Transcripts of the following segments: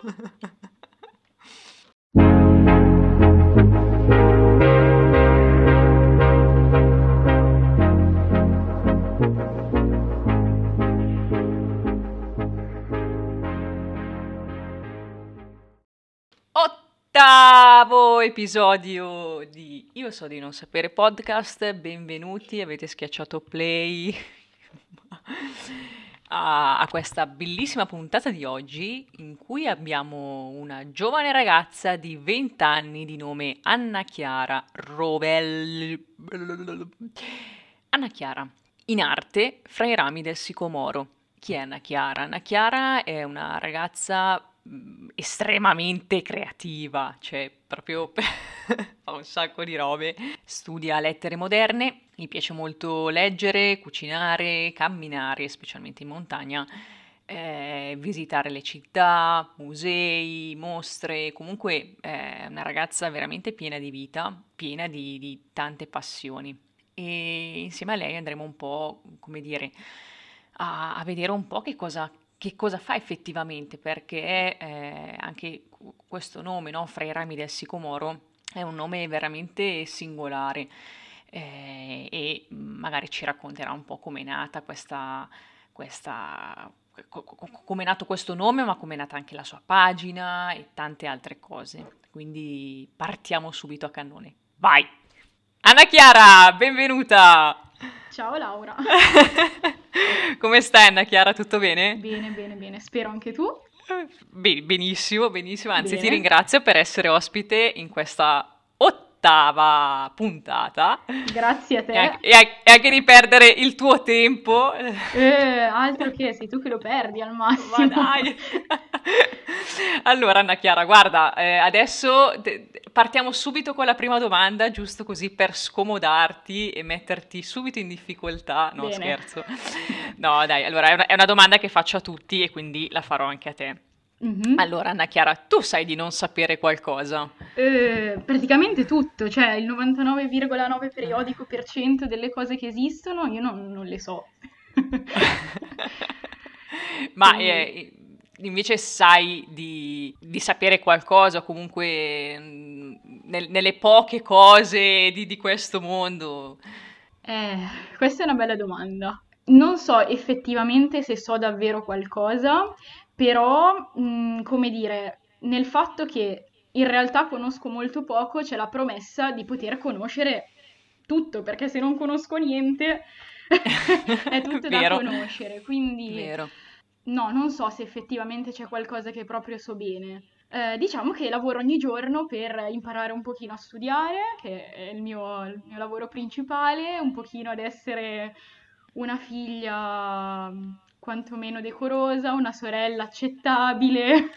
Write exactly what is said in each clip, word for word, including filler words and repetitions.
Ottavo episodio di Io so di non sapere podcast, benvenuti, avete schiacciato play a, a questa bellissima puntata di oggi in cui abbiamo una giovane ragazza di venti anni di nome Anna Chiara Rovel. Anna Chiara, in arte fra i rami del sicomoro. Chi è Anna Chiara? Anna Chiara è una ragazza mh, estremamente creativa, cioè proprio fa un sacco di robe. Studia lettere moderne, gli piace molto leggere, cucinare, camminare, specialmente in montagna, eh, visitare le città, musei, mostre, comunque è una ragazza veramente piena di vita, piena di, di tante passioni. E insieme a lei andremo un po', come dire, a, a vedere un po' che cosa, che cosa fa effettivamente, perché eh, anche cu- questo nome, no, Fra i rami del sicomoro, è un nome veramente singolare eh, e magari ci racconterà un po' com'è nata questa, questa, co- co- com'è nato questo nome, ma com'è nata anche la sua pagina e tante altre cose. Quindi partiamo subito a cannone. Vai! Anna Chiara, benvenuta! Ciao Laura. Come stai Anna Chiara? Tutto bene? Bene, bene, bene. Spero anche tu. Be- benissimo, benissimo. Anzi, ti Bene. ringrazio per essere ospite in questa ottava puntata Grazie a e anche, te. e anche- e anche di perdere il tuo tempo. Eh, altro che sei tu che lo perdi al Ma massimo. dai! Allora, Anna Chiara, guarda, eh, adesso te- te- partiamo subito con la prima domanda, giusto così per scomodarti e metterti subito in difficoltà. No, Bene. scherzo. No, dai, allora è una, è una domanda che faccio a tutti e quindi la farò anche a te. Mhm. Allora, Anna Chiara, tu sai di non sapere qualcosa? Eh, praticamente tutto, cioè il novantanove virgola nove periodico per cento delle cose che esistono io non, non le so. Ma Quindi, eh, invece sai di, di sapere qualcosa, comunque mm, nel- nelle poche cose di, di questo mondo. eh, questa è una bella domanda. Non so effettivamente se so davvero qualcosa, però, mh, come dire, nel fatto che in realtà conosco molto poco, c'è la promessa di poter conoscere tutto, perché se non conosco niente è tutto da Vero, conoscere. Quindi vero. no, non so se effettivamente c'è qualcosa che proprio so bene. Eh, diciamo che lavoro ogni giorno per imparare un pochino a studiare, che è il mio, il mio lavoro principale, un pochino ad essere una figlia mm, quantomeno decorosa, una sorella accettabile,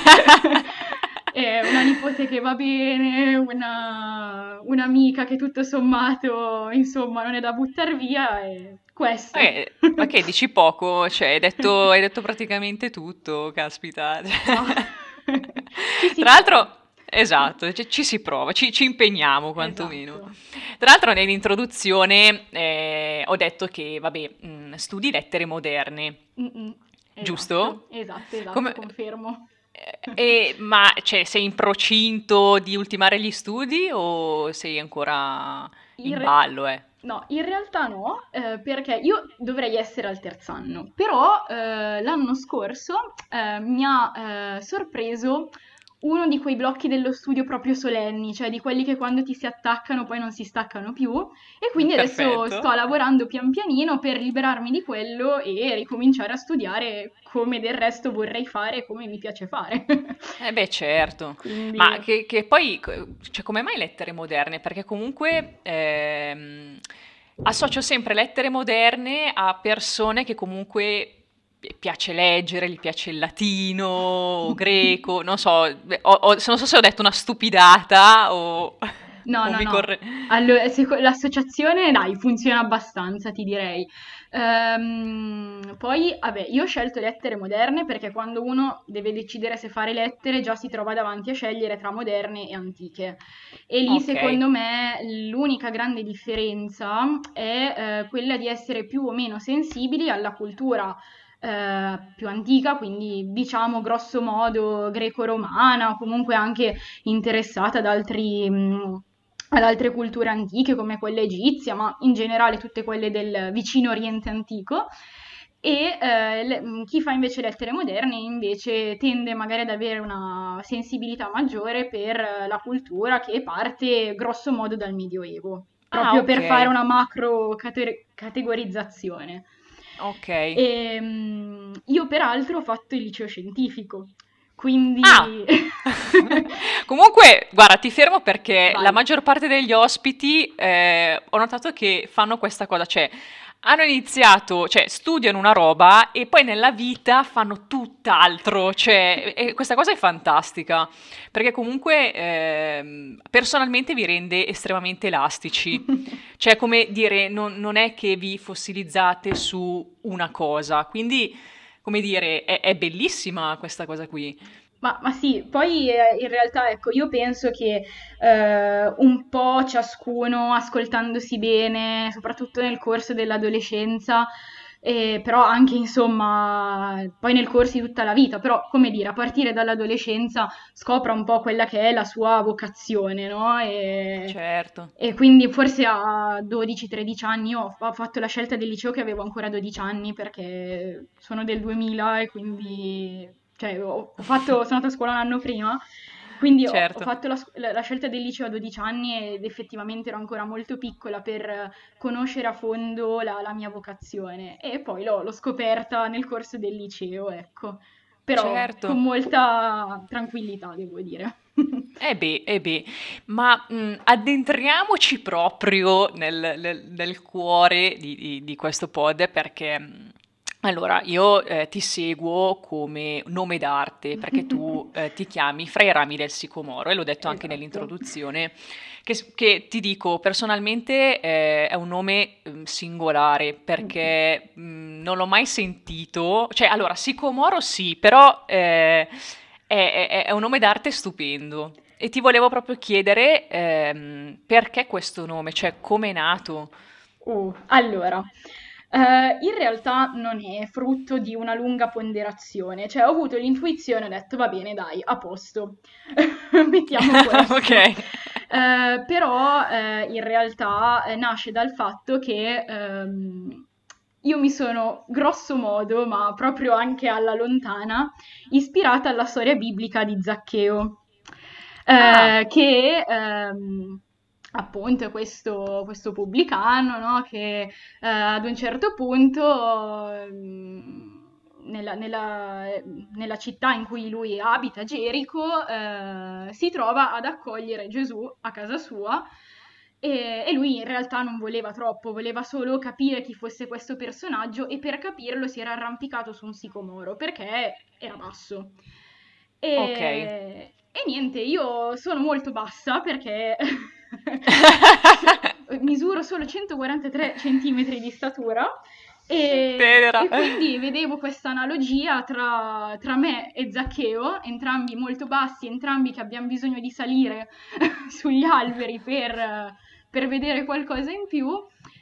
e una nipote che va bene, una, un'amica che tutto sommato, insomma, non è da buttare via, e questo. Eh, ma che dici poco? Cioè, hai detto, hai detto praticamente tutto, caspita. No, ci si Tra prova. l'altro, esatto, ci, ci si prova, ci, ci impegniamo quantomeno. Esatto. Tra l'altro, nell'introduzione eh, ho detto che, vabbè, mh, studi lettere moderne, Mm-mm. giusto? Esatto, esatto, esatto, Come, confermo. eh, e- ma cioè, sei in procinto di ultimare gli studi o sei ancora In in re- ballo, eh? No, in realtà no, eh, perché io dovrei essere al terzo anno, però eh, l'anno scorso eh, mi ha eh, sorpreso uno di quei blocchi dello studio proprio solenni, cioè di quelli che quando ti si attaccano poi non si staccano più, e quindi adesso Perfetto. sto lavorando pian pianino per liberarmi di quello e ricominciare a studiare come del resto vorrei fare e come mi piace fare. Eh beh, certo, Quindi ma che, che poi, co- cioè, come mai lettere moderne? Perché comunque ehm, associo sempre lettere moderne a persone che comunque pi- piace leggere, gli piace il latino, o greco, non so, beh, ho- ho- non so se ho detto una stupidata o, no, o no, mi no. corre... Allo- seco- l'associazione, dai, funziona abbastanza, ti direi. Ehm, poi, vabbè, io ho scelto lettere moderne perché quando uno deve decidere se fare lettere già si trova davanti a scegliere tra moderne e antiche. E lì, Ok, secondo me, l'unica grande differenza è eh, quella di essere più o meno sensibili alla cultura eh, più antica, quindi diciamo grosso modo greco-romana, o comunque anche interessata ad altri, mh, ad altre culture antiche come quella egizia, ma in generale tutte quelle del vicino Oriente antico. E eh, le- mh, chi fa invece lettere moderne invece tende magari ad avere una sensibilità maggiore per eh, la cultura che parte grosso modo dal Medioevo, Ah, proprio ok, per fare una macro cate- categorizzazione. ok. E, mm, io peraltro ho fatto il liceo scientifico, Ah! quindi Comunque, guarda, ti fermo perché la vai. maggior parte degli ospiti eh, ho notato che fanno questa cosa, cioè hanno iniziato, cioè studiano una roba e poi nella vita fanno tutt'altro, cioè e questa cosa è fantastica perché comunque ehm, personalmente vi rende estremamente elastici, cioè come dire, non, non è che vi fossilizzate su una cosa, quindi come dire, è, è bellissima questa cosa qui. Ma, ma sì, poi eh, in realtà ecco, io penso che eh, un po' ciascuno ascoltandosi bene, soprattutto nel corso dell'adolescenza, eh, però anche insomma poi nel corso di tutta la vita, però come dire, a partire dall'adolescenza scopra un po' quella che è la sua vocazione, no? E, Certo. e quindi forse a dodici tredici anni io ho ho fatto la scelta del liceo che avevo ancora dodici anni perché sono del duemila e quindi cioè, ho ho fatto, sono andata a scuola un anno prima, quindi ho, ho Certo. fatto la, scu- la- la scelta del liceo a dodici anni ed effettivamente ero ancora molto piccola per eh, conoscere a fondo la, la mia vocazione e poi l'ho, l'ho scoperta nel corso del liceo, ecco, però Certo. con molta tranquillità, devo dire. Eh beh, eh beh, ma mh, addentriamoci proprio nel, nel- nel cuore di, di- di questo pod perché, mh, allora, io eh, ti seguo come nome d'arte perché tu eh, ti chiami Fra i rami del sicomoro e l'ho detto anche Esatto. nell'introduzione, che, s- che ti dico personalmente eh, è un nome mh, singolare perché mh, non l'ho mai sentito, cioè allora sicomoro sì, però... eh, è, è- è un nome d'arte stupendo. E ti volevo proprio chiedere ehm, perché questo nome, cioè come è nato? Uh, allora, eh, in realtà non è frutto di una lunga ponderazione, cioè ho avuto l'intuizione, ho detto va bene, dai, a posto, mettiamo Ok. questo. Eh, però eh, in realtà eh, nasce dal fatto che ehm, io mi sono grosso modo, ma proprio anche alla lontana, ispirata alla storia biblica di Zaccheo, Ah, eh, che ehm, appunto è questo, questo pubblicano, no, che eh, ad un certo punto ehm, nella, nella- nella città in cui lui abita, Gerico, eh, si trova ad accogliere Gesù a casa sua. E, e lui in realtà non voleva troppo, voleva solo capire chi fosse questo personaggio e per capirlo si era arrampicato su un sicomoro perché era basso. ok. E, e niente, io sono molto bassa perché so- misuro solo centoquarantatré centimetri di statura e, Tenera. e quindi vedevo questa analogia tra, tra me e Zaccheo, entrambi molto bassi, entrambi che abbiamo bisogno di salire sugli alberi per, per vedere qualcosa in più.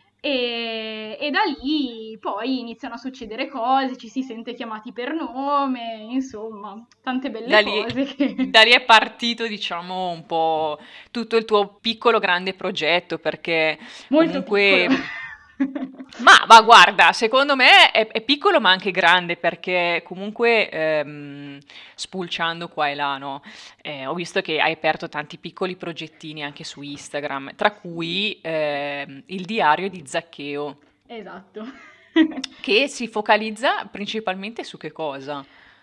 E, e da lì poi iniziano a succedere cose, ci si sente chiamati per nome, insomma, tante belle Da lì, cose che... da lì è partito, diciamo, un po' tutto il tuo piccolo grande progetto, perché Molto piccolo. comunque... Ma, ma guarda, secondo me è, è piccolo ma anche grande perché comunque ehm, spulciando qua e là, no? Eh, ho visto che hai aperto tanti piccoli progettini anche su Instagram, tra Sì, cui ehm, il diario di Zaccheo, esatto. che si focalizza principalmente su che cosa?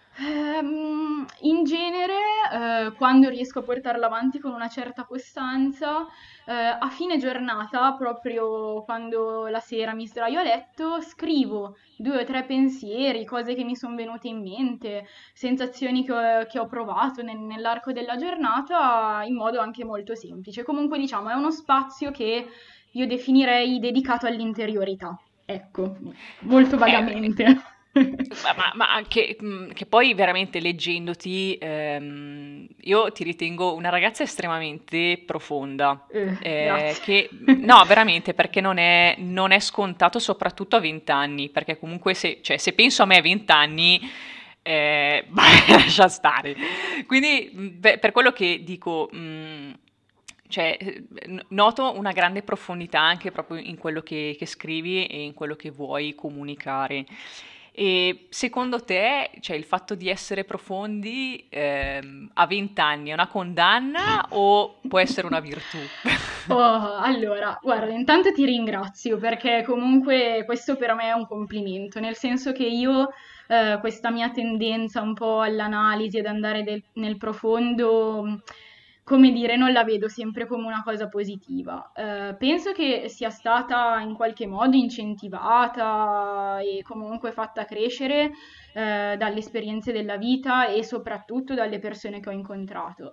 Ehm, in genere, eh, quando riesco a portarla avanti con una certa costanza, eh, a fine giornata, proprio quando la sera mi sdraio a letto, scrivo due o tre pensieri, cose che mi sono venute in mente, sensazioni che ho, che ho provato nel- nell'arco della giornata, in modo anche molto semplice. Comunque, diciamo, è uno spazio che io definirei dedicato all'interiorità. Ecco, molto Eh, vagamente. Ma, ma- ma anche mh, che poi veramente leggendoti, ehm, io ti ritengo una ragazza estremamente profonda. Eh, eh, grazie. che no, veramente perché non è, non è scontato, soprattutto a venti anni. Perché comunque, se, cioè, se penso a me a venti anni, eh, lascia stare. Quindi, mh, beh, per quello che dico. Mh, cioè, eh, n- noto una grande profondità anche proprio in quello che, che scrivi e in quello che vuoi comunicare. E secondo te, cioè, il fatto di essere profondi, ehm, a venti anni è una condanna o può essere una virtù? Oh, allora, guarda, intanto ti ringrazio perché comunque questo per me è un complimento, nel senso che io eh, questa mia tendenza un po' all'analisi, ad andare del- nel profondo, mh, come dire, non la vedo sempre come una cosa positiva. Eh, penso che sia stata in qualche modo incentivata e comunque fatta crescere eh, dalle esperienze della vita e soprattutto dalle persone che ho incontrato.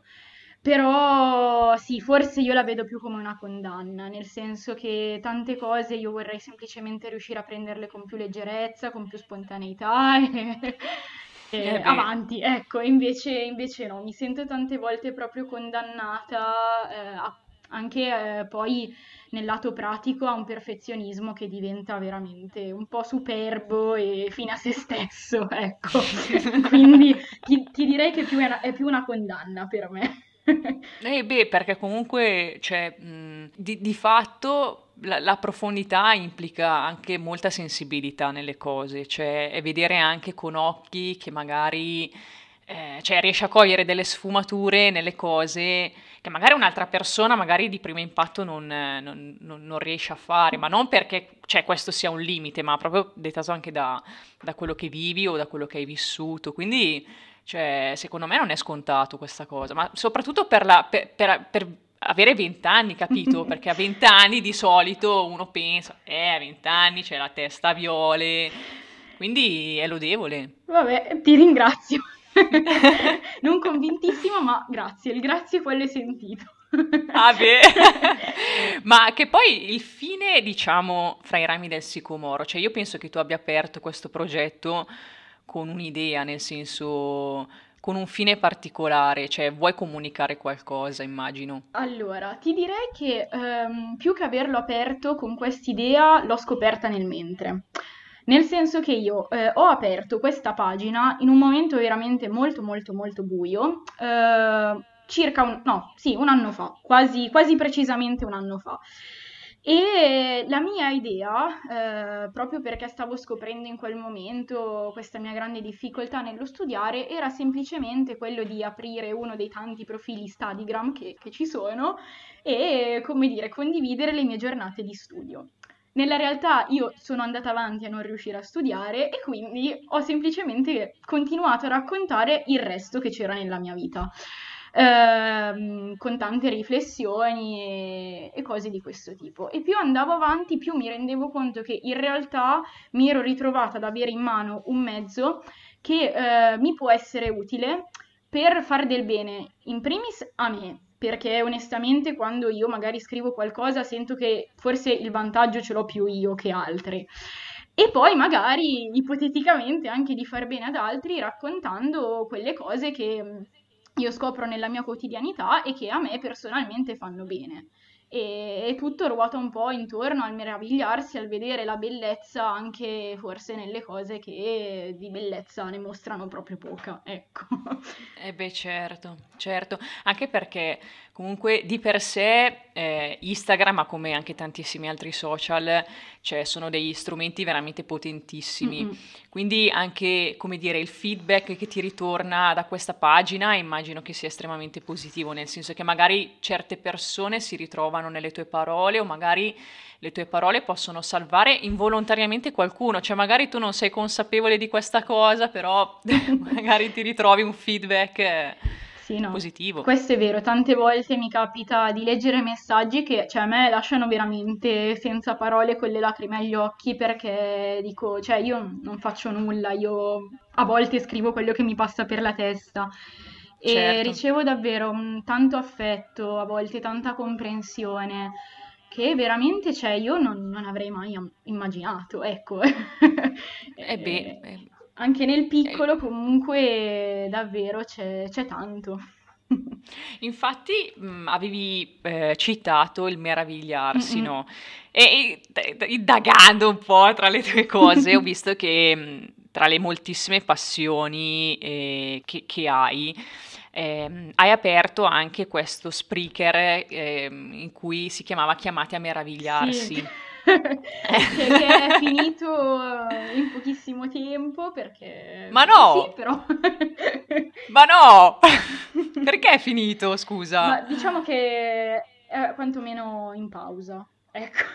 Però sì, forse io la vedo più come una condanna, nel senso che tante cose io vorrei semplicemente riuscire a prenderle con più leggerezza, con più spontaneità e, Eh e beh, avanti. Ecco, invece, invece no, mi sento tante volte proprio condannata, eh, a- anche eh, poi nel lato pratico a un perfezionismo che diventa veramente un po' superbo e fine a se stesso, ecco. Quindi ti, ti direi che più è, una, è più una condanna per me. eh beh, perché comunque, cioè, mh, di, di fatto la, la profondità implica anche molta sensibilità nelle cose, cioè, è vedere anche con occhi che magari, eh, cioè, riesci a cogliere delle sfumature nelle cose che magari un'altra persona, magari di primo impatto non, eh, non- non- non riesce a fare, ma non perché, cioè, questo sia un limite, ma proprio dettato anche da, da quello che vivi o da quello che hai vissuto. Quindi. Cioè, secondo me non è scontato questa cosa, ma soprattutto per la per per per avere venti anni, capito? Perché a venti anni di solito uno pensa: "Eh, a venti anni c'hai la testa a viole", quindi è lodevole. Vabbè, ti ringrazio. Non convintissima, ma grazie. Il grazie quello è sentito. Ah beh. Ma che poi il fine, diciamo, fra i rami del sicomoro, cioè io penso che tu abbia aperto questo progetto con un'idea, nel senso, con un fine particolare, cioè vuoi comunicare qualcosa, immagino. Allora, ti direi che ehm, più che averlo aperto con quest'idea, l'ho scoperta nel mentre. Nel senso che io eh, ho aperto questa pagina in un momento veramente molto molto molto buio, eh, circa un, no, sì, un anno fa, quasi, quasi precisamente un anno fa. E la mia idea, eh, proprio perché stavo scoprendo in quel momento questa mia grande difficoltà nello studiare, era semplicemente quello di aprire uno dei tanti profili Stadigram che, che ci sono e, come dire, condividere le mie giornate di studio. Nella realtà io sono andata avanti a non riuscire a studiare e quindi ho semplicemente continuato a raccontare il resto che c'era nella mia vita, ehm, con tante riflessioni e, e cose di questo tipo. E più andavo avanti, più mi rendevo conto che in realtà mi ero ritrovata ad avere in mano un mezzo che eh, mi può essere utile per fare del bene, in primis a me, perché onestamente quando io magari scrivo qualcosa sento che forse il vantaggio ce l'ho più io che altri. E poi magari ipoteticamente anche di far bene ad altri raccontando quelle cose che mh, io scopro nella mia quotidianità e che a me personalmente fanno bene. E, e tutto ruota un po' intorno al meravigliarsi, al vedere la bellezza anche forse nelle cose che di bellezza ne mostrano proprio poca, ecco. Eh beh, certo, certo, anche perché comunque di per sé eh, Instagram, ma come anche tantissimi altri social, cioè sono degli strumenti veramente potentissimi. Mm-mm. Quindi anche, come dire, il feedback che ti ritorna da questa pagina immagino che sia estremamente positivo, nel senso che magari certe persone si ritrovano nelle tue parole o magari le tue parole possono salvare involontariamente qualcuno, cioè magari tu non sei consapevole di questa cosa, però magari ti ritrovi un feedback eh, Sì, no, positivo. questo è vero. Tante volte mi capita di leggere messaggi che, cioè, a me lasciano veramente senza parole con le lacrime agli occhi perché dico, cioè, io non faccio nulla, io a volte scrivo quello che mi passa per la testa e Certo. ricevo davvero un tanto affetto, a volte tanta comprensione che veramente, cioè, io non, non avrei mai am- immaginato, ecco. Eh beh, Eh, eh, Anche nel Eh, piccolo comunque davvero c'è c'è tanto. Infatti, mh, avevi eh, citato il meravigliarsi, Mm-mm. no? E, e d- indagando un po' tra le tue cose, ho visto che mh, tra le moltissime passioni eh, che, che hai, ehm, hai aperto anche questo Spreaker ehm, in cui si chiamava Chiamate a Sì, meravigliarsi. che, che è finito eh, in pochissimo tempo perché, Ma perché sì, no! però. Ma no! Perché è finito, Ma scusa? diciamo che è quantomeno in pausa, ecco.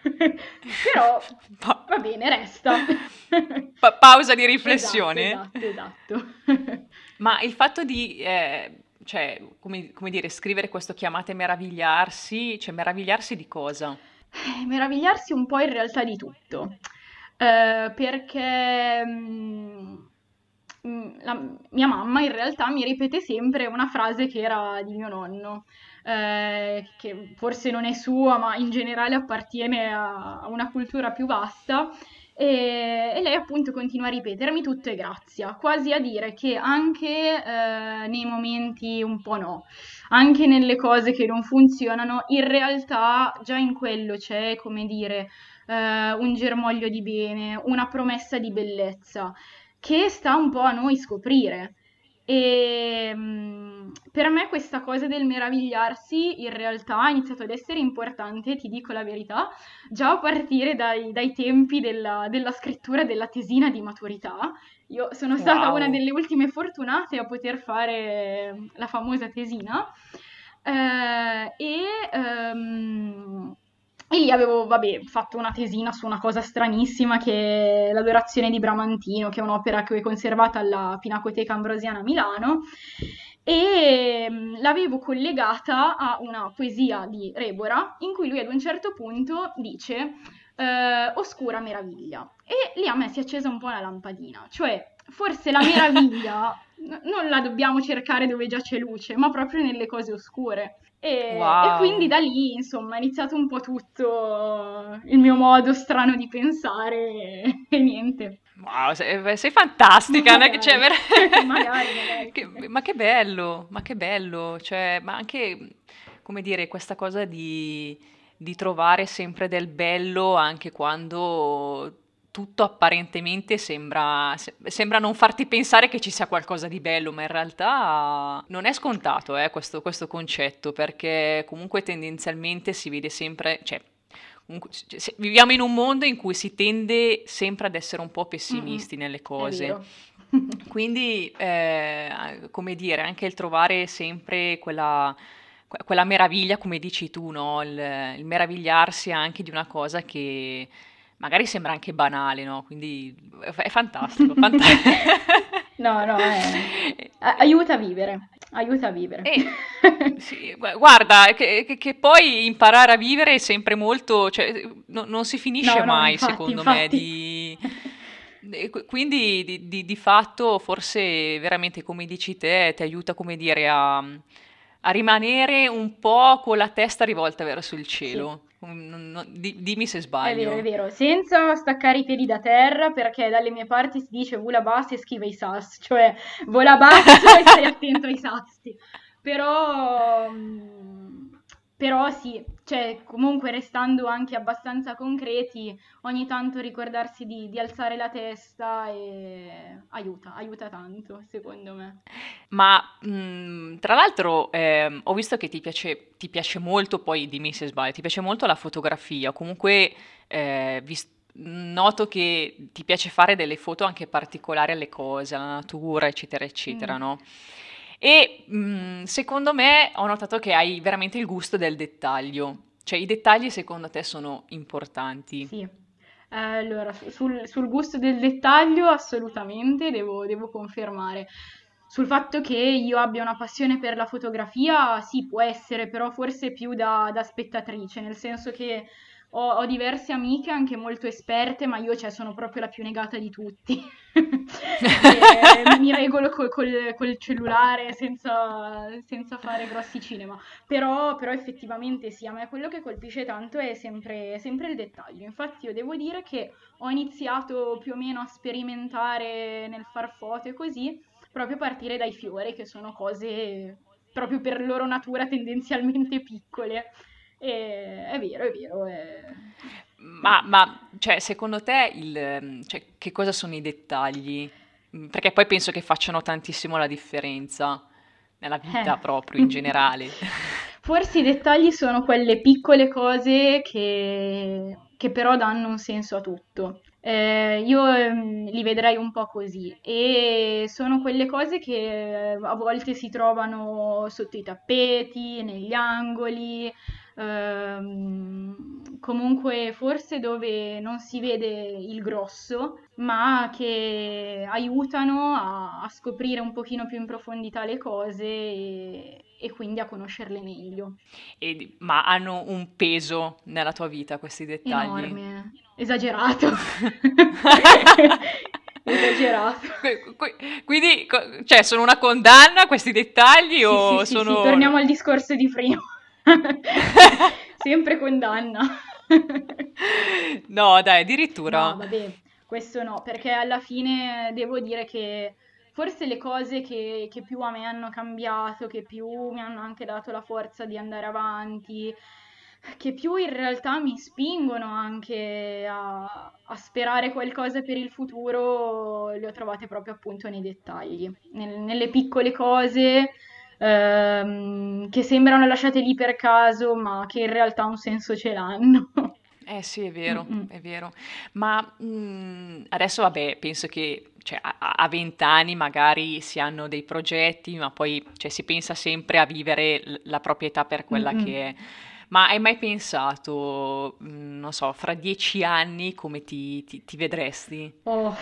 Però Pa- va bene, resta. pa- pausa di Esatto, riflessione? esatto, esatto. Ma il fatto di, eh, cioè, come, come dire, scrivere questo chiamate meravigliarsi, cioè meravigliarsi di cosa? Eh, Meravigliarsi un po' in realtà di tutto. Eh, perché mm, mm, la- mia mamma in realtà mi ripete sempre una frase che era di mio nonno, eh, che forse non è sua, ma in generale appartiene a, a una cultura più vasta. E, e lei appunto continua a ripetermi tutto è grazia, quasi a dire che anche eh, nei momenti un po' no, anche nelle cose che non funzionano, in realtà già in quello c'è, come dire, eh, un germoglio di bene, una promessa di bellezza, che sta un po' a noi scoprire. E mh, per me questa cosa del meravigliarsi in realtà ha iniziato ad essere importante, ti dico la verità, già a partire dai, dai tempi della, della scrittura della tesina di maturità. Io sono stata una Wow. delle ultime fortunate a poter fare la famosa tesina. Eh, e, ehm, e lì avevo, vabbè, fatto una tesina su una cosa stranissima che è l'Adorazione di Bramantino, che è un'opera che è conservata alla Pinacoteca Ambrosiana a Milano, e mm, l'avevo collegata a una poesia di Rebora, in cui lui ad un certo punto dice eh, Oscura meraviglia. E lì a me si è accesa un po' una lampadina, cioè forse la meraviglia n- non la dobbiamo cercare dove già c'è luce, ma proprio nelle cose oscure. E, e quindi Wow. da lì, insomma, è iniziato un po' tutto il mio modo strano di pensare e, e niente. Wow, sei, sei Ma fantastica, non è che c'è magari, ver- magari, magari. che- ma che bello, ma che bello, cioè, ma anche, come dire, questa cosa di, di trovare sempre del bello anche quando tutto apparentemente sembra, se- sembra non farti pensare che ci sia qualcosa di bello, ma in realtà non è scontato, eh, questo, questo concetto, perché comunque tendenzialmente si vede sempre, cioè, comunque, c- se- viviamo in un mondo in cui si tende sempre ad essere un po' Mm-mm, pessimisti nelle è cose. vero. Quindi, eh, come dire, anche il trovare sempre quella, que- quella meraviglia, come dici tu, no? Il, il meravigliarsi anche di una cosa che magari sembra anche banale, no? Quindi è, è fantastico, fanta- No, no, è- a- aiuta a vivere, aiuta a vivere. E sì, gu- guarda, che, che- che poi imparare a vivere è sempre molto, cioè, no- non si finisce No, no, mai, infatti, secondo me, infatti. di... e qu- quindi di, di- di fatto forse veramente come dici te ti aiuta, come dire, a, a rimanere un po' con la testa rivolta verso il Sì. cielo. Mm, non- non- di- dimmi se È vero, è sbaglio. vero, senza staccare i piedi da terra, perché dalle mie parti si dice vola basso e schiva i sassi, cioè vola basso e stai attento ai sassi. Però, mm, però sì, cioè comunque restando anche abbastanza concreti, ogni tanto ricordarsi di, di alzare la testa e aiuta, aiuta tanto, secondo me. Ma, mhmm, tra l'altro, ehm, ho visto che ti piace ti piace molto, poi dimmi se sbaglio, ti piace molto la fotografia, o comunque, ehm, vis noto che ti piace fare delle foto anche particolari alle cose, alla natura, eccetera, eccetera, Mm. no, e, mhmm, secondo me ho notato che hai veramente il gusto del dettaglio. Cioè i dettagli secondo te sono importanti. Sì, Eh, allora su- sul, sul gusto del dettaglio assolutamente devo, devo confermare. Sul fatto che io abbia una passione per la fotografia, sì, può essere, però forse più da, da spettatrice, nel senso che ho, ho diverse amiche anche molto esperte, ma io, cioè, sono proprio la più negata di tutti. E mi regolo col, col- col cellulare senza, senza fare grossi cinema. Però, però effettivamente sì, a me quello che colpisce tanto è sempre, sempre il dettaglio. Infatti io devo dire che ho iniziato più o meno a sperimentare nel far foto e così, proprio a partire dai fiori, che sono cose proprio per loro natura tendenzialmente piccole. E, è vero, è vero. È... Ma, ma, cioè, secondo te, il, ehm, cioè, che cosa sono i dettagli? Mm, Perché poi penso che facciano tantissimo la differenza nella Eh. vita proprio in generale. Forse i dettagli sono quelle piccole cose che, che però danno un senso a tutto. Eh, io ehm, li vedrei un po' così e sono quelle cose che eh, a volte si trovano sotto i tappeti, negli angoli, ehm, comunque forse dove non si vede il grosso, ma che aiutano a, a scoprire un pochino più in profondità le cose e, e quindi a conoscerle meglio. E di- ma hanno un peso nella tua vita questi dettagli? Enorme, esagerato. Esagerato. Que- que- Quindi, co- cioè, sono una condanna questi dettagli Sì, sì, o sì, sì, sono... torniamo al discorso di prima. Sempre condanna. No, dai, No, addirittura. vabbè, questo no, perché alla fine devo dire che forse le cose che, che più a me hanno cambiato, che più mi hanno anche dato la forza di andare avanti, che più in realtà mi spingono anche a, a sperare qualcosa per il futuro, le ho trovate proprio appunto nei dettagli, nel- nelle piccole cose ehm, che sembrano lasciate lì per caso, ma che in realtà un senso ce l'hanno. Eh sì, è Mm, vero, mm. è vero. Ma mm, adesso, vabbè, penso che cioè, a a- a venti anni magari si hanno dei progetti, ma poi cioè, si pensa sempre a vivere l- la proprietà per quella Mm-mm. che è. Ma hai mai pensato, mm, non so, fra dieci anni come ti, ti- ti vedresti? Oh.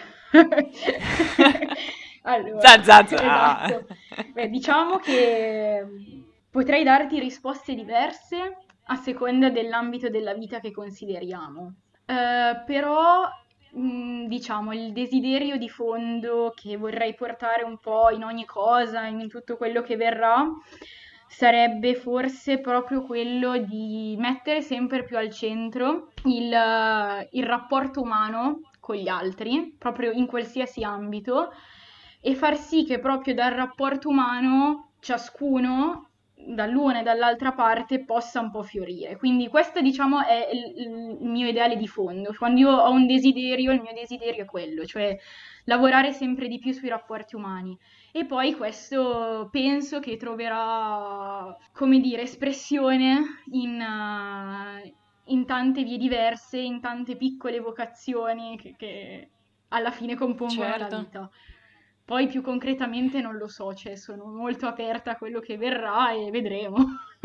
Allora, Za za za. esatto. Beh, diciamo che mh, potrei darti risposte diverse a seconda dell'ambito della vita che consideriamo. Eh, però, mh, diciamo, il desiderio di fondo che vorrei portare un po' in ogni cosa, in tutto quello che verrà, sarebbe forse proprio quello di mettere sempre più al centro il, eh, il rapporto umano con gli altri, proprio in qualsiasi ambito, e far sì che proprio dal rapporto umano ciascuno dall'una e dall'altra parte possa un po' fiorire. Quindi questo, diciamo, è il, il mio ideale di fondo. Quando io ho un desiderio, il mio desiderio è quello, cioè lavorare sempre di più sui rapporti umani. E poi questo penso che troverà, come dire, espressione in, eh, in tante vie diverse, in tante piccole vocazioni che, che alla fine compongono la Certo. vita. Poi più concretamente non lo so, cioè sono molto aperta a quello che verrà e vedremo.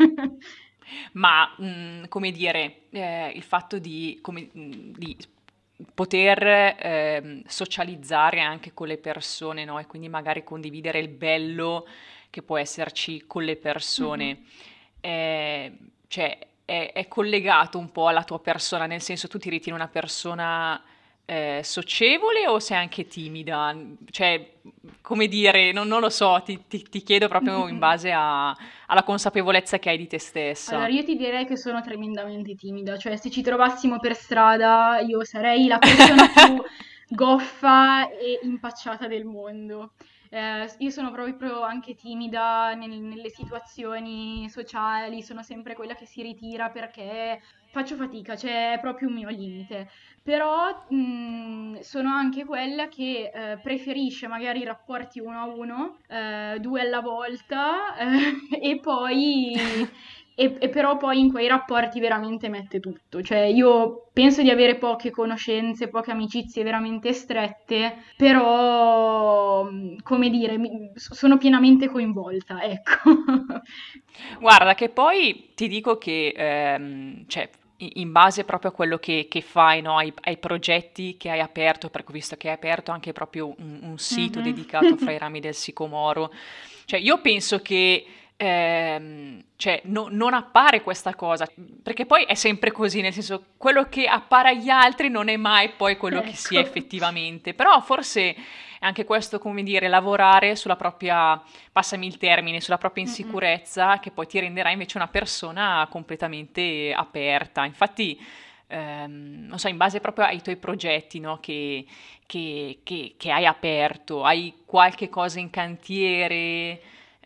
Ma, mhmm, come dire, ehm, il fatto di come mhmm, di poter, ehm, socializzare anche con le persone, no, e quindi magari condividere il bello che può esserci con le Mm-mm. persone, ehm, cioè è è collegato un po' alla tua persona, nel senso tu ti ritieni una persona, ehm, socievole o sei anche timida? Cioè, come dire, non non lo so, ti ti ti chiedo proprio in Mm-mm. base a alla consapevolezza che hai di te Allora, stessa. io ti direi che sono tremendamente timida, cioè se ci trovassimo per strada io sarei la persona più goffa e impacciata del mondo. Eh, io sono proprio anche timida nel- nelle situazioni sociali, sono sempre quella che si ritira perché faccio fatica, cioè è proprio un mio limite. Però mh, sono anche quella che eh, preferisce magari i rapporti uno a uno, eh, due alla volta, eh, e poi e, e però poi in quei rapporti veramente mette tutto. Cioè, io penso di avere poche conoscenze, poche amicizie veramente strette, però, mh, come dire, mi- sono pienamente coinvolta, ecco. Guarda, che poi ti dico che, ehm, cioè, i- in base proprio a quello che, che fai, no, ai, ai progetti che hai aperto, perché ho visto che hai aperto anche proprio un, un sito Mhm. dedicato fra i rami del sicomoro, cioè io penso che ehm, cioè no- non appare questa cosa, perché poi è sempre così, nel senso, quello che appare agli altri non è mai poi quello che si è Ecco. effettivamente, però forse è anche questo, come dire, lavorare sulla propria, passami il termine, sulla propria Mm-mm. insicurezza, che poi ti renderà invece una persona completamente aperta. Infatti, ehm, non so, in base proprio ai tuoi progetti, no, che, che- che- che hai aperto, hai qualche cosa in cantiere,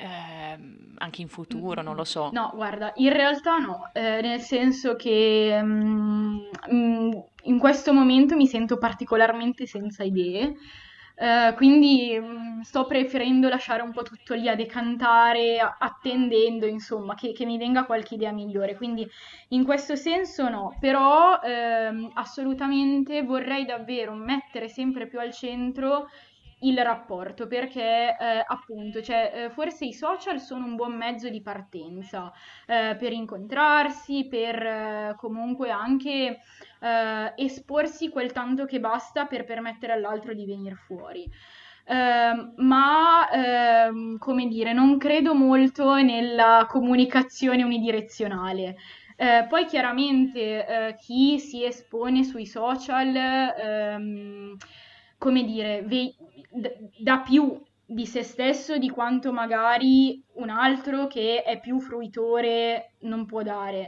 ehm, anche in Mm, futuro, mm, non mm. lo so. No, guarda, in realtà no, eh, nel senso che mm, mm, in questo momento mi sento particolarmente senza idee, eh, quindi mm, sto preferendo lasciare un po' tutto lì a decantare, a- attendendo, insomma, che, che mi venga qualche idea migliore. Quindi in questo senso no, però ehm, assolutamente vorrei davvero mettere sempre più al centro il rapporto, perché eh, appunto, cioè, eh, forse i social sono un buon mezzo di partenza eh, per incontrarsi, per eh, comunque anche eh, esporsi quel tanto che basta per permettere all'altro di venire fuori. Ehm, ma ehm, come dire, non credo molto nella comunicazione unidirezionale. Eh, poi chiaramente eh, chi si espone sui social, ehm, come dire, ve- d- dà più di se stesso di quanto magari un altro che è più fruitore non può dare.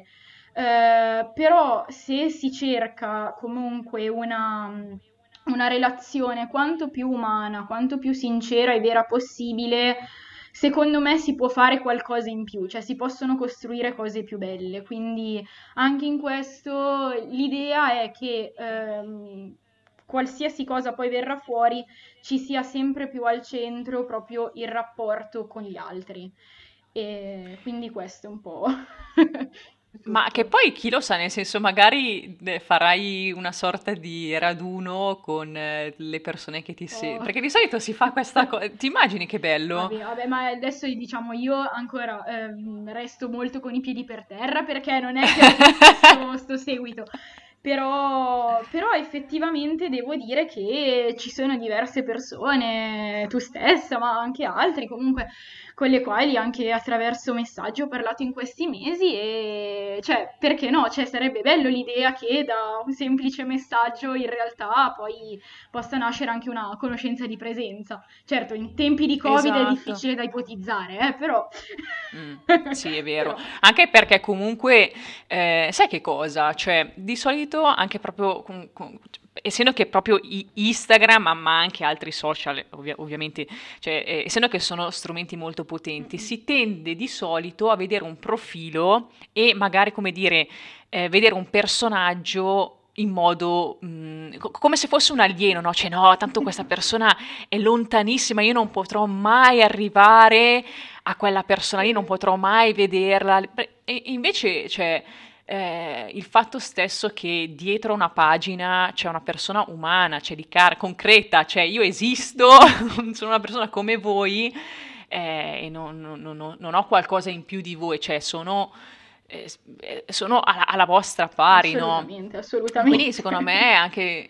Eh, però se si cerca comunque una, una relazione quanto più umana, quanto più sincera e vera possibile, secondo me si può fare qualcosa in più, cioè si possono costruire cose più belle. Quindi anche in questo l'idea è che ehm, qualsiasi cosa poi verrà fuori ci sia sempre più al centro proprio il rapporto con gli altri. E quindi questo è un po' Ma che tutto. poi chi lo sa, nel senso magari eh, farai una sorta di raduno con eh, le persone che ti seguono, Oh. perché di solito si fa questa cosa, ti immagini che bello? Vabbè, vabbè, ma adesso diciamo io ancora ehm, resto molto con i piedi per terra perché non è che ho tutto sto, sto seguito. Però, però effettivamente devo dire che ci sono diverse persone, tu stessa, ma anche altri, comunque con le quali anche attraverso messaggi ho parlato in questi mesi e cioè, perché no? Cioè, sarebbe bello l'idea che da un semplice messaggio in realtà poi possa nascere anche una conoscenza di presenza. Certo, in tempi di Covid è Esatto. difficile da ipotizzare, eh, però... Mh, sì, è vero. però... Anche perché comunque, ehm, sai che cosa? Cioè, di solito anche proprio con con essendo che proprio I Instagram, ma ma anche altri social, ovvia ovviamente, cioè, ehm, essendo che sono strumenti molto potenti, Mm-mm. si tende di solito a vedere un profilo e magari, come dire, ehm, vedere un personaggio in modo, mhmm, co come se fosse un alieno, no, cioè: "No, tanto questa persona è lontanissima, io non potrò mai arrivare a quella persona lì, non Sì. potrò mai vederla. Beh, E invece, cioè, eh, il fatto stesso che dietro una pagina c'è una persona umana, c'è di cara, concreta, cioè io esisto, sono una persona come voi eh, e non, non- non- non ho qualcosa in più di voi, cioè sono, eh, s- eh, sono alla, alla vostra pari, no? Assolutamente, E quindi assolutamente. secondo me è anche,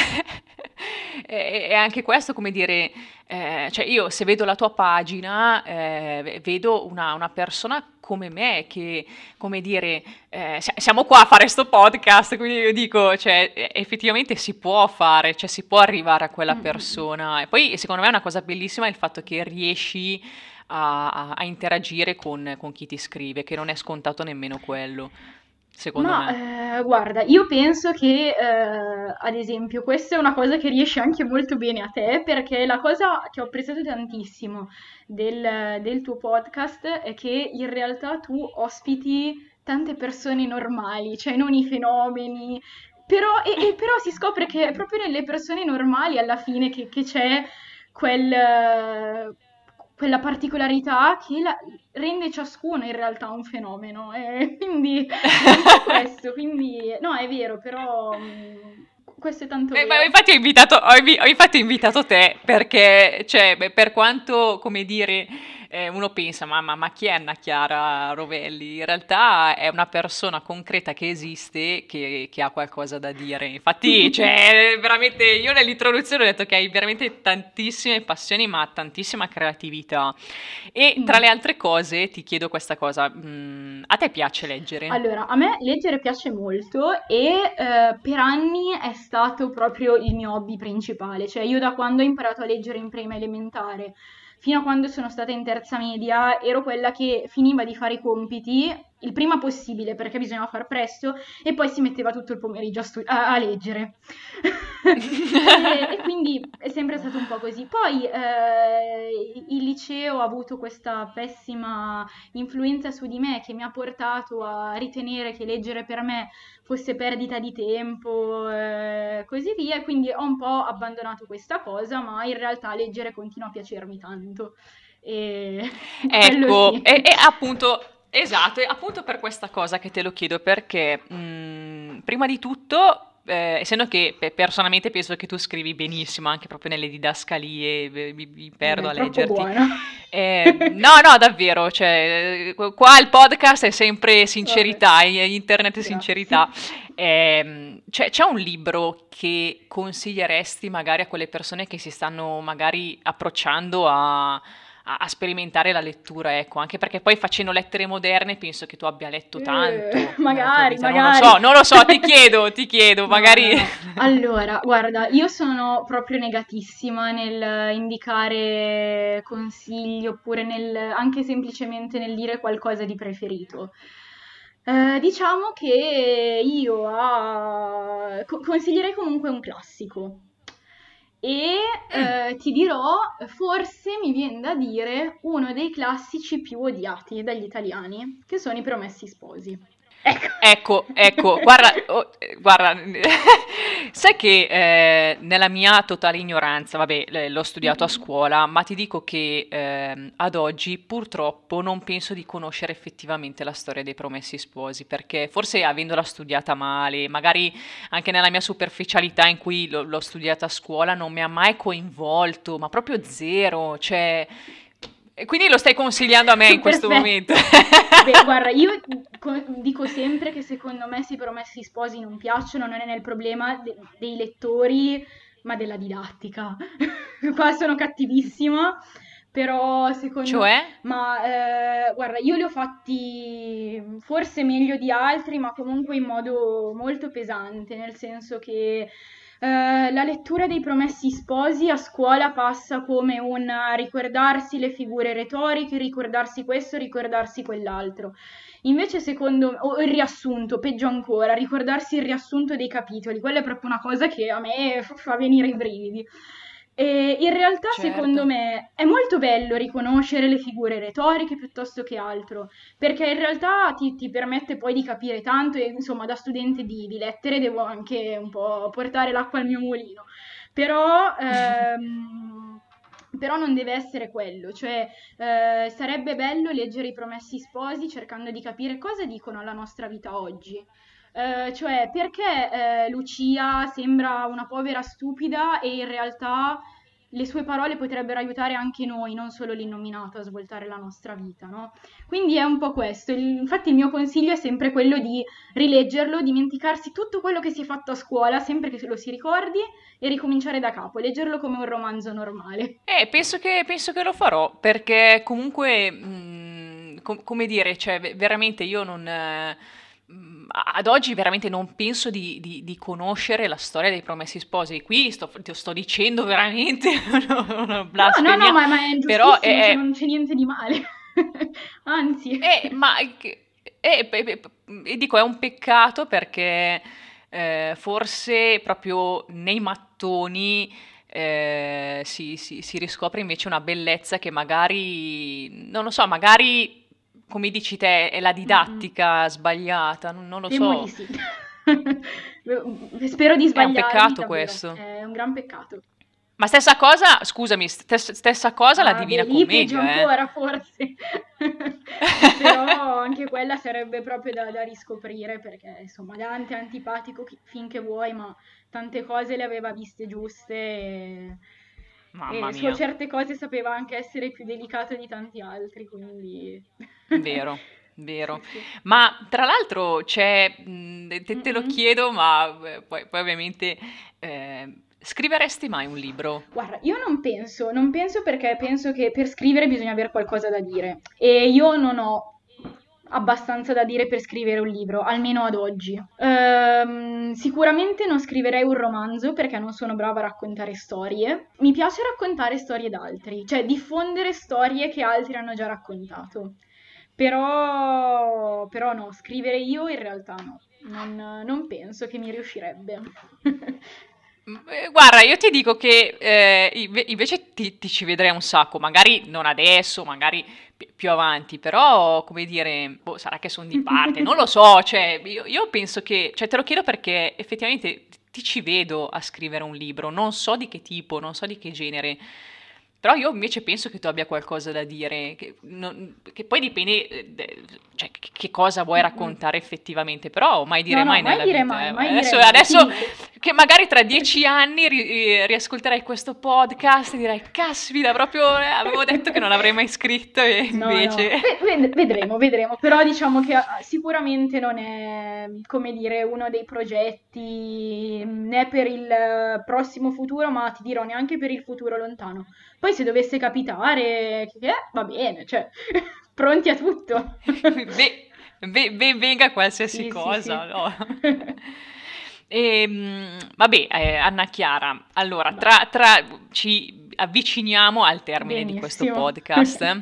è, è anche questo, come dire, eh, cioè io se vedo la tua pagina, eh, vedo una, una persona come me che, come dire, eh, si- siamo qua a fare sto podcast, quindi io dico, cioè, eh, effettivamente si può fare, cioè si può arrivare a quella Mm, mm, mm. persona. E poi secondo me è una cosa bellissima il fatto che riesci a, a- a interagire con, con chi ti scrive, che non è scontato nemmeno quello, secondo me. Ma eh, guarda, io penso che, eh, ad esempio, questa è una cosa che riesce anche molto bene a te, perché la cosa che ho apprezzato tantissimo del, del tuo podcast è che in realtà tu ospiti tante persone normali, cioè non i fenomeni, però, e, e però si scopre che è proprio nelle persone normali alla fine che, che c'è quel, eh, quella particolarità che la- rende ciascuno in realtà un fenomeno. E quindi è un po' questo, quindi no, è vero, però mh, questo è tanto Eh, ma vero. infatti ho invitato, ho invi- ho infatti invitato te perché, cioè, beh, per quanto, come dire, eh, uno pensa, mamma, ma chi è Anna Chiara Rovelli? In realtà è una persona concreta che esiste, che, che ha qualcosa da dire. Infatti, cioè, veramente, io nell'introduzione ho detto che hai veramente tantissime passioni, ma tantissima creatività. E tra le Mm. altre cose, ti chiedo questa cosa, mm, a te piace leggere? Allora, a me leggere piace molto e eh, per anni è stato proprio il mio hobby principale, cioè io da quando ho imparato a leggere in prima elementare fino a quando sono stata in terza media ero quella che finiva di fare i compiti il prima possibile perché bisognava far presto e poi si metteva tutto il pomeriggio a, stu- a- a leggere. E, e quindi è sempre stato un po' così. Poi eh, il liceo ha avuto questa pessima influenza su di me che mi ha portato a ritenere che leggere per me fosse perdita di tempo, eh, così via, e quindi ho un po' abbandonato questa cosa, ma in realtà leggere continua a piacermi tanto. E quello Ecco, sì. e, e appunto, esatto, è appunto per questa cosa che te lo chiedo, perché mh, prima di tutto, eh, essendo che pe- personalmente penso che tu scrivi benissimo, anche proprio nelle didascalie, eh, mi, mi perdo È a troppo leggerti. buona. Eh, no, no, davvero, cioè, eh, qua il podcast è sempre Vabbè, sincerità, eh, internet è sincerità. grazie. Ehm, c'è, c'è un libro che consiglieresti magari a quelle persone che si stanno magari approcciando a a a sperimentare la lettura, ecco, anche perché poi facendo lettere moderne penso che tu abbia letto Eh, tanto nella tua magari, vita, non lo magari. so, non lo so, ti chiedo, ti chiedo, No, no, magari... no. Allora, guarda, io sono proprio negatissima nel indicare consigli oppure nel, anche semplicemente nel dire qualcosa di preferito. Eh, diciamo che io ah, co- consiglierei comunque un classico. E Mm. eh, ti dirò, forse mi viene da dire uno dei classici più odiati dagli italiani, che sono i Promessi Sposi. Ecco. Ecco, ecco, guarda, oh, eh, guarda, sai che eh, nella mia totale ignoranza, vabbè, l- l'ho studiato a Mm-mm. scuola, ma ti dico che ehm, ad oggi purtroppo non penso di conoscere effettivamente la storia dei Promessi Sposi, perché forse avendola studiata male, magari anche nella mia superficialità in cui l'ho l'ho studiata a scuola, non mi ha mai coinvolto, ma proprio zero, cioè... E quindi lo stai consigliando a me in questo Perfetto. momento. Beh, guarda, io co- dico sempre che secondo me se i Promessi Sposi non piacciono non è nel problema de- dei lettori, ma della didattica. Qua sono cattivissima, però secondo... Cioè? Ma eh, guarda, io li ho fatti forse meglio di altri, ma comunque in modo molto pesante, nel senso che eh, la lettura dei Promessi Sposi a scuola passa come un ricordarsi le figure retoriche, ricordarsi questo, ricordarsi quell'altro. Invece, secondo o il riassunto, peggio ancora, ricordarsi il riassunto dei capitoli, quella è proprio una cosa che a me f- fa venire i brividi. E in realtà, secondo Certo. me, è molto bello riconoscere le figure retoriche piuttosto che altro, perché in realtà ti, ti permette poi di capire tanto e insomma da studente di, di lettere devo anche un po' portare l'acqua al mio mulino, però, ehm, però non deve essere quello, cioè eh, sarebbe bello leggere i Promessi Sposi cercando di capire cosa dicono alla nostra vita oggi. Eh, cioè, perché eh, Lucia sembra una povera stupida e in realtà le sue parole potrebbero aiutare anche noi, non solo l'innominato, a svoltare la nostra vita, no? Quindi è un po' questo. Il- infatti il mio consiglio è sempre quello di rileggerlo, dimenticarsi tutto quello che si è fatto a scuola, sempre che lo si ricordi, e ricominciare da capo, leggerlo come un romanzo normale. Eh, penso che, penso che lo farò, perché comunque, mh, com- come dire, cioè, ve- veramente io non... eh, mh, ad oggi veramente non penso di, di- di conoscere la storia dei Promessi Sposi. Qui sto, ti sto dicendo veramente una, una No, no, no, blasfemia, ma, ma è però giustissimo, cioè è, non c'è niente di male. Anzi. Eh, ma che- eh, beh, beh, e dico, è un peccato perché eh, forse proprio nei mattoni eh, si, si- si riscopre invece una bellezza che magari, non lo so, magari, come dici te, è la Mm-mm. didattica sbagliata, non, non lo Temo di so. sì. Spero di È un sbagliarmi, peccato davvero. questo. È un gran peccato. Ma stessa cosa, scusami, stes- stessa cosa la Ah, beh, Divina lì peggio Commedia, eh? ancora, forse. Però anche quella sarebbe proprio da, da riscoprire, perché insomma, Dante è antipatico chi- finché vuoi, ma tante cose le aveva viste giuste. E, Mamma e su mia. certe cose sapeva anche essere più delicato di tanti altri, quindi Vero, sì, vero. sì. Ma tra l'altro c'è, mh, te, te lo Mm-mm. chiedo, ma eh, poi, poi ovviamente eh, scriveresti mai un libro? Guarda, io non penso, non penso perché penso che per scrivere bisogna avere qualcosa da dire e io non ho abbastanza da dire per scrivere un libro, almeno ad oggi. Ehm, sicuramente non scriverei un romanzo perché non sono brava a raccontare storie. Mi piace raccontare storie d'altri, cioè diffondere storie che altri hanno già raccontato. Però, però no, scrivere io in realtà no, non, non penso che mi riuscirebbe. Mm, eh, Guarda, io ti dico che eh, inve- invece ti, ti ci vedrei un sacco, magari non adesso, magari pi- più avanti, però come dire, boh, sarà che sono di parte, non lo so, cioè io, io penso che, cioè te lo chiedo perché effettivamente ti ci vedo a scrivere un libro, non so di che tipo, non so di che genere, però io invece penso che tu abbia qualcosa da dire, che, non- che poi dipende, eh, de- cioè che, che cosa vuoi Mm-mm. raccontare effettivamente, però mai No, dire no, mai mai nella dire vita. mai, eh. mai dire Adesso, mai, ti adesso dico. che magari tra dieci anni ri- ri- riascolterai questo podcast e dirai, caspita, proprio eh, avevo detto che non avrei mai scritto e No, no, invece... Ve- ved- vedremo, vedremo, però diciamo che ah, sicuramente non è, come dire, uno dei progetti mm, né per il eh, prossimo futuro, ma ti dirò neanche per il futuro lontano. Poi se dovesse capitare, che, che è, va bene, cioè, pronti a tutto. Ve- ve- ve- venga qualsiasi Sì, sì, cosa, sì. no? E, vabbè, eh, Anna Chiara, allora, Vai, tra, tra- ci avviciniamo al termine di questo benissimo. podcast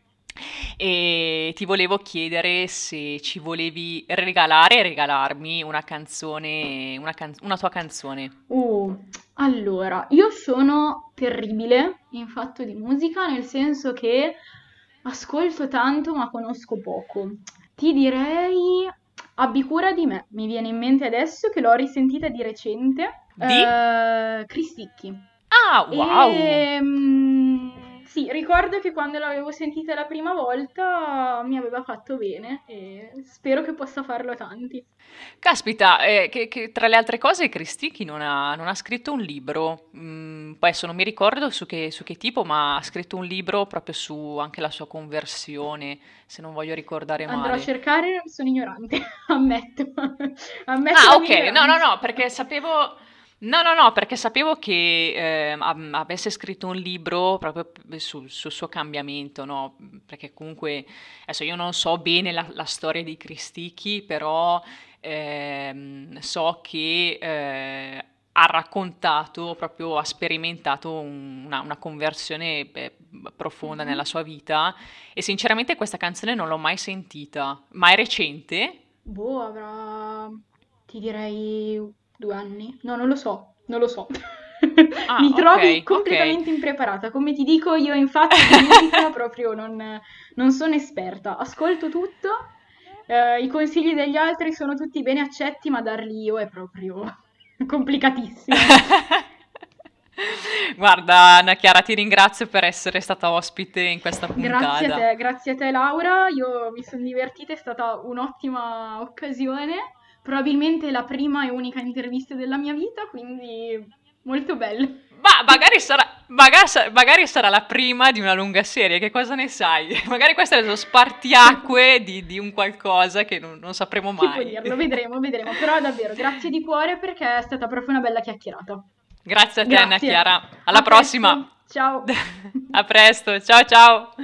e ti volevo chiedere se ci volevi regalare e regalarmi una canzone, una, can- una tua canzone. Uh, allora, io sono terribile in fatto di musica, nel senso che ascolto tanto ma conosco poco. Ti direi Abbi cura di me, mi viene in mente adesso che l'ho risentita di recente. Di? Eh, Cristicchi. Ah, wow! E mm, sì, ricordo che quando l'avevo sentita la prima volta mi aveva fatto bene e spero che possa farlo a tanti. Caspita, eh, che, che tra le altre cose Cristicchi non ha, non ha scritto un libro, mm, poi adesso non mi ricordo su che, su che tipo, ma ha scritto un libro proprio su anche la sua conversione, se non voglio ricordare Andrò a male. cercare, sono ignorante, ammetto, ammetto Ah, la mia ok, no, no, ignoranza. no, perché sapevo... No, no, no, perché sapevo che eh, ab- avesse scritto un libro proprio p- sul, sul suo cambiamento, no? Perché comunque, adesso io non so bene la, la storia di Cristicchi, però ehm, so che eh, ha raccontato, proprio ha sperimentato un- una, una conversione beh, profonda nella Mhm. sua vita e sinceramente questa canzone non l'ho mai sentita, ma è recente? Boh, avrà, ti direi due anni. No, non lo so, non lo so. Ah, Mi ok, trovi ok. completamente impreparata. Come ti dico, io in fatto di musica proprio non, non sono esperta. Ascolto tutto, eh, i consigli degli altri sono tutti bene accetti, ma darli io è proprio complicatissimo. Guarda, Anna Chiara, ti ringrazio per essere stata ospite in questa Grazie a puntata. te, grazie a te Laura, io mi sono divertita, è stata un'ottima occasione, probabilmente la prima e unica intervista della mia vita, quindi molto bello. Ma magari sarà, magari, sa- magari sarà la prima di una lunga serie, che cosa ne sai? Magari questo è lo spartiacque di, di un qualcosa che non, non sapremo Chi può mai. dirlo? Vedremo, vedremo, però davvero grazie di cuore perché è stata proprio una bella chiacchierata. Grazie a te, Anna Grazie, Chiara. Alla a prossima. presto, ciao. A presto. Ciao ciao.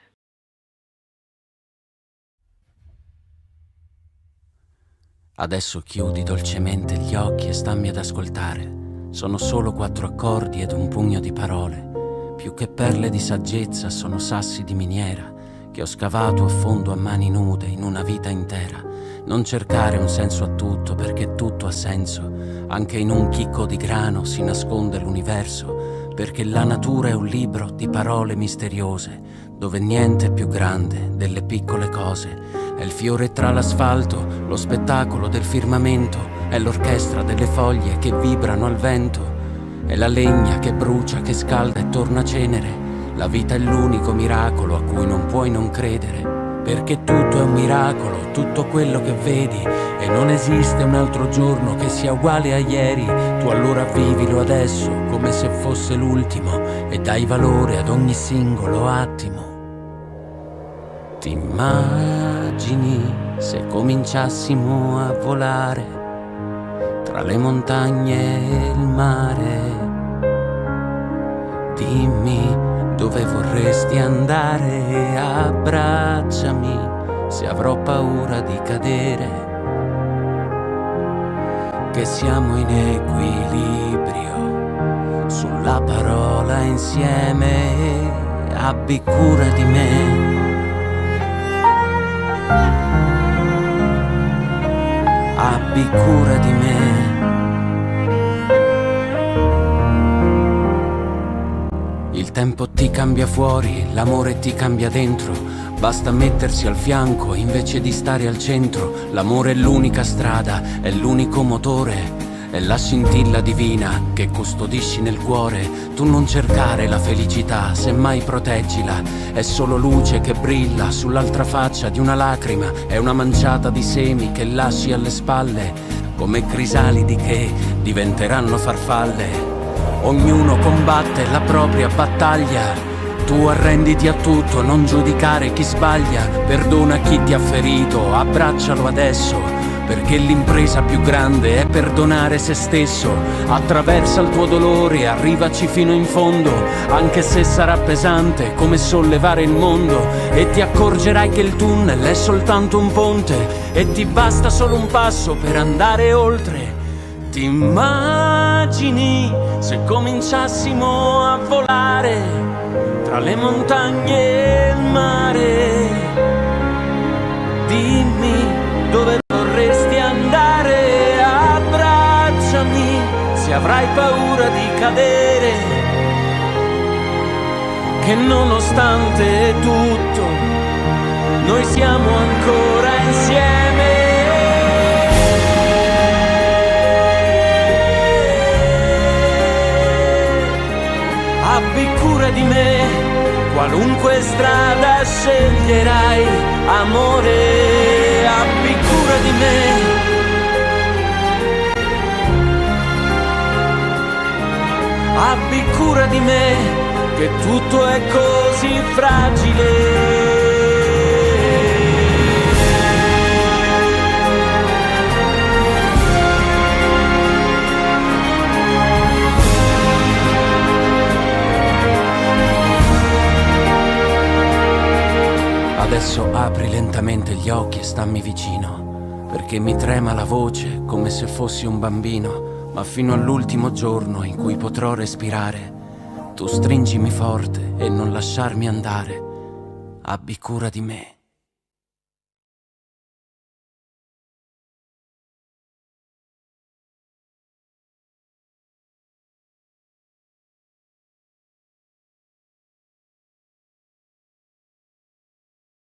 Adesso chiudi dolcemente gli occhi e stammi ad ascoltare. Sono solo quattro accordi ed un pugno di parole. Più che perle di saggezza sono sassi di miniera che ho scavato a fondo a mani nude in una vita intera. Non cercare un senso a tutto perché tutto ha senso. Anche in un chicco di grano si nasconde l'universo, perché la natura è un libro di parole misteriose, dove niente è più grande delle piccole cose. È il fiore tra l'asfalto, lo spettacolo del firmamento, è l'orchestra delle foglie che vibrano al vento, è la legna che brucia, che scalda e torna cenere. La vita è l'unico miracolo a cui non puoi non credere, perché tutto è un miracolo, tutto quello che vedi, e non esiste un altro giorno che sia uguale a ieri. Tu allora vivilo adesso come se fosse l'ultimo e dai valore ad ogni singolo attimo. Ti immagini se cominciassimo a volare tra le montagne e il mare? Dimmi dove vorresti andare, abbracciami se avrò paura di cadere, che siamo in equilibrio sulla parola insieme, abbi cura di me. Abbi cura di me. Il tempo ti cambia fuori, l'amore ti cambia dentro. Basta mettersi al fianco invece di stare al centro. L'amore è l'unica strada, è l'unico motore, è la scintilla divina che custodisci nel cuore. Tu non cercare la felicità, semmai proteggila. È solo luce che brilla sull'altra faccia di una lacrima. È una manciata di semi che lasci alle spalle, come crisalidi che diventeranno farfalle. Ognuno combatte la propria battaglia. Tu arrenditi a tutto, non giudicare chi sbaglia. Perdona chi ti ha ferito, abbraccialo adesso, perché l'impresa più grande è perdonare se stesso. Attraversa il tuo dolore, arrivaci fino in fondo, anche se sarà pesante come sollevare il mondo. E ti accorgerai che il tunnel è soltanto un ponte e ti basta solo un passo per andare oltre. Ti immagini se cominciassimo a volare tra le montagne e il mare? Dimmi dove vorresti andare, abbracciami se avrai paura di cadere, che nonostante tutto noi siamo ancora insieme. Abbi cura di me, qualunque strada sceglierai, amore, abbi cura di me. Abbi cura di me, che tutto è così fragile. Adesso apri lentamente gli occhi e stammi vicino, perché mi trema la voce come se fossi un bambino, ma fino all'ultimo giorno in cui potrò respirare, tu stringimi forte e non lasciarmi andare. Abbi cura di me.